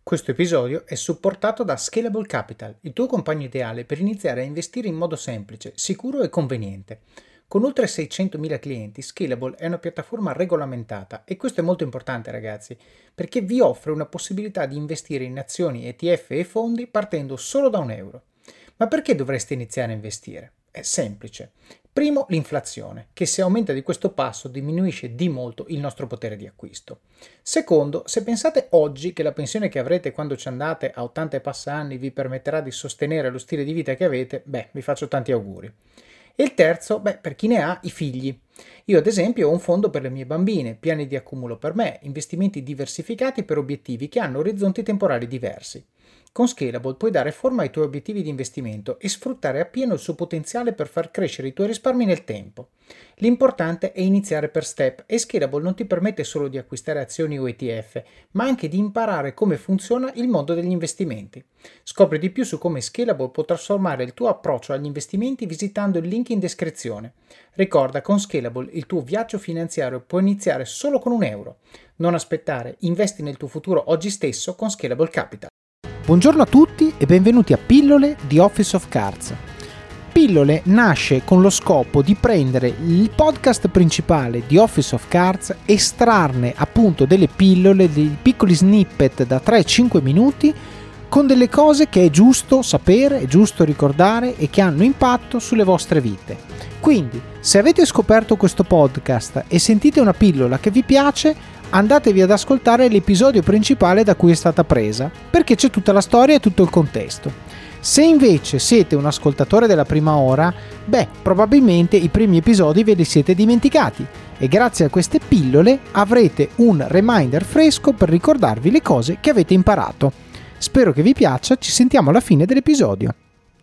Questo episodio è supportato da Scalable Capital, il tuo compagno ideale per iniziare a investire in modo semplice, sicuro e conveniente. Con oltre 600.000 clienti, Scalable è una piattaforma regolamentata e questo è molto importante, ragazzi, perché vi offre una possibilità di investire in azioni, ETF e fondi partendo solo da €1. Ma perché dovreste iniziare a investire? È semplice. Primo, l'inflazione, che se aumenta di questo passo diminuisce di molto il nostro potere di acquisto. Secondo, se pensate oggi che la pensione che avrete quando ci andate a 80 e passa anni vi permetterà di sostenere lo stile di vita che avete, vi faccio tanti auguri. E il terzo, per chi ne ha, i figli. Io ad esempio ho un fondo per le mie bambine, piani di accumulo per me, investimenti diversificati per obiettivi che hanno orizzonti temporali diversi. Con Scalable puoi dare forma ai tuoi obiettivi di investimento e sfruttare appieno il suo potenziale per far crescere i tuoi risparmi nel tempo. L'importante è iniziare per step e Scalable non ti permette solo di acquistare azioni o ETF, ma anche di imparare come funziona il mondo degli investimenti. Scopri di più su come Scalable può trasformare il tuo approccio agli investimenti visitando il link in descrizione. Ricorda, con Scalable il tuo viaggio finanziario può iniziare solo con €1. Non aspettare, investi nel tuo futuro oggi stesso con Scalable Capital. Buongiorno a tutti e benvenuti a Pillole di Office of Cards. Pillole nasce con lo scopo di prendere il podcast principale di Office of Cards, estrarne appunto delle pillole, dei piccoli snippet da 3-5 minuti con delle cose che è giusto sapere, è giusto ricordare e che hanno impatto sulle vostre vite. Quindi, se avete scoperto questo podcast e sentite una pillola che vi piace, andatevi ad ascoltare l'episodio principale da cui è stata presa, perché c'è tutta la storia e tutto il contesto. Se invece siete un ascoltatore della prima ora, probabilmente i primi episodi ve li siete dimenticati e grazie a queste pillole avrete un reminder fresco per ricordarvi le cose che avete imparato. Spero che vi piaccia, ci sentiamo alla fine dell'episodio.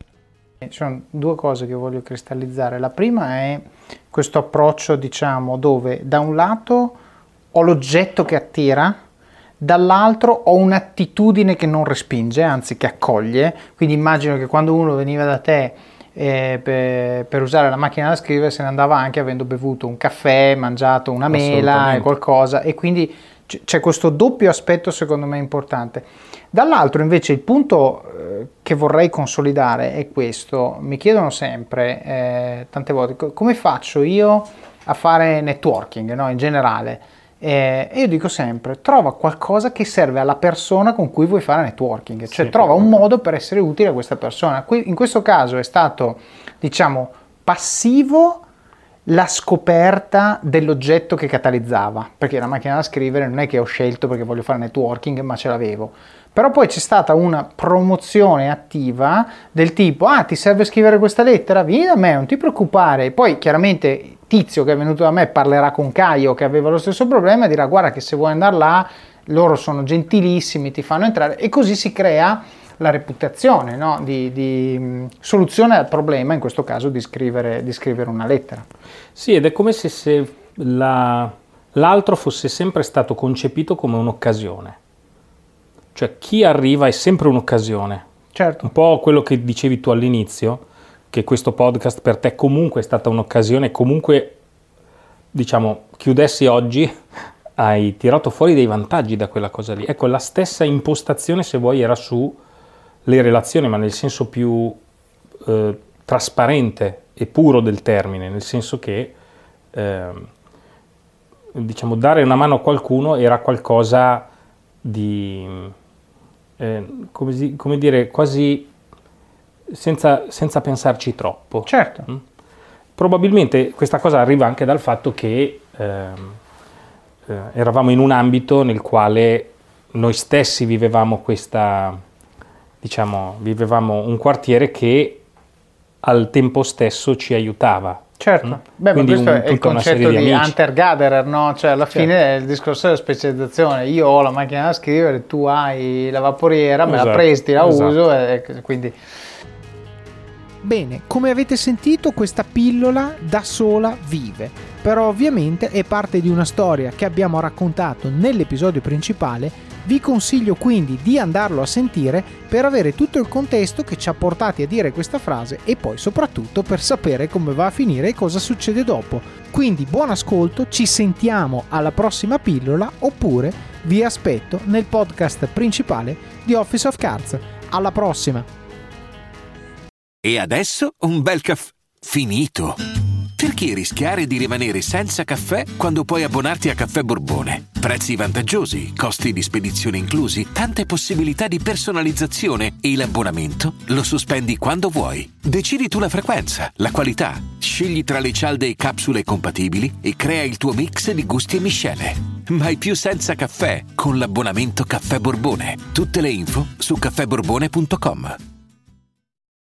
Ci sono due cose che voglio cristallizzare. La prima è questo approccio, dove da un lato ho l'oggetto che attira, dall'altro ho un'attitudine che non respinge, anzi che accoglie. Quindi immagino che quando uno veniva da te per usare la macchina da scrivere se ne andava anche avendo bevuto un caffè, mangiato una mela e qualcosa, e quindi c'è questo doppio aspetto secondo me importante. Dall'altro invece il punto che vorrei consolidare è questo. Mi chiedono sempre tante volte come faccio io a fare networking, no? In generale. E io dico sempre, trova qualcosa che serve alla persona con cui vuoi fare networking, cioè trova un modo per essere utile a questa persona. In questo caso è stato, passivo la scoperta dell'oggetto che catalizzava, perché la macchina da scrivere non è che ho scelto perché voglio fare networking, ma ce l'avevo. Però poi c'è stata una promozione attiva del tipo, ti serve scrivere questa lettera? Vieni da me, non ti preoccupare. Poi chiaramente Tizio che è venuto da me parlerà con Caio che aveva lo stesso problema e dirà guarda che se vuoi andare là loro sono gentilissimi, ti fanno entrare, e così si crea la reputazione, no? di soluzione al problema, in questo caso di scrivere una lettera. Sì, ed è come se l'altro fosse sempre stato concepito come un'occasione. Cioè chi arriva è sempre un'occasione. Certo. Un po' quello che dicevi tu all'inizio, che questo podcast per te comunque è stata un'occasione, comunque chiudessi oggi, hai tirato fuori dei vantaggi da quella cosa lì. Ecco, la stessa impostazione, se vuoi, era su le relazioni, ma nel senso più trasparente e puro del termine, nel senso che dare una mano a qualcuno era qualcosa di come dire, quasi senza pensarci troppo. Certo. Probabilmente questa cosa arriva anche dal fatto che eravamo in un ambito nel quale noi stessi vivevamo vivevamo un quartiere che al tempo stesso ci aiutava. Certo, ma questo è il concetto di hunter-gatherer, no? Cioè alla fine il discorso della specializzazione. Io ho la macchina da scrivere, tu hai la vaporiera, me la presti, la uso e quindi... Bene, come avete sentito questa pillola da sola vive, però ovviamente è parte di una storia che abbiamo raccontato nell'episodio principale. Vi consiglio quindi di andarlo a sentire per avere tutto il contesto che ci ha portati a dire questa frase e poi soprattutto per sapere come va a finire e cosa succede dopo. Quindi buon ascolto, ci sentiamo alla prossima pillola oppure vi aspetto nel podcast principale di Office of Cards. Alla prossima! E adesso un bel caffè finito. Perché rischiare di rimanere senza caffè quando puoi abbonarti a Caffè Borbone? Prezzi vantaggiosi, costi di spedizione inclusi, tante possibilità di personalizzazione e l'abbonamento lo sospendi quando vuoi. Decidi tu la frequenza, la qualità, scegli tra le cialde e capsule compatibili e crea il tuo mix di gusti e miscele. Mai più senza caffè con l'abbonamento Caffè Borbone. Tutte le info su caffèborbone.com.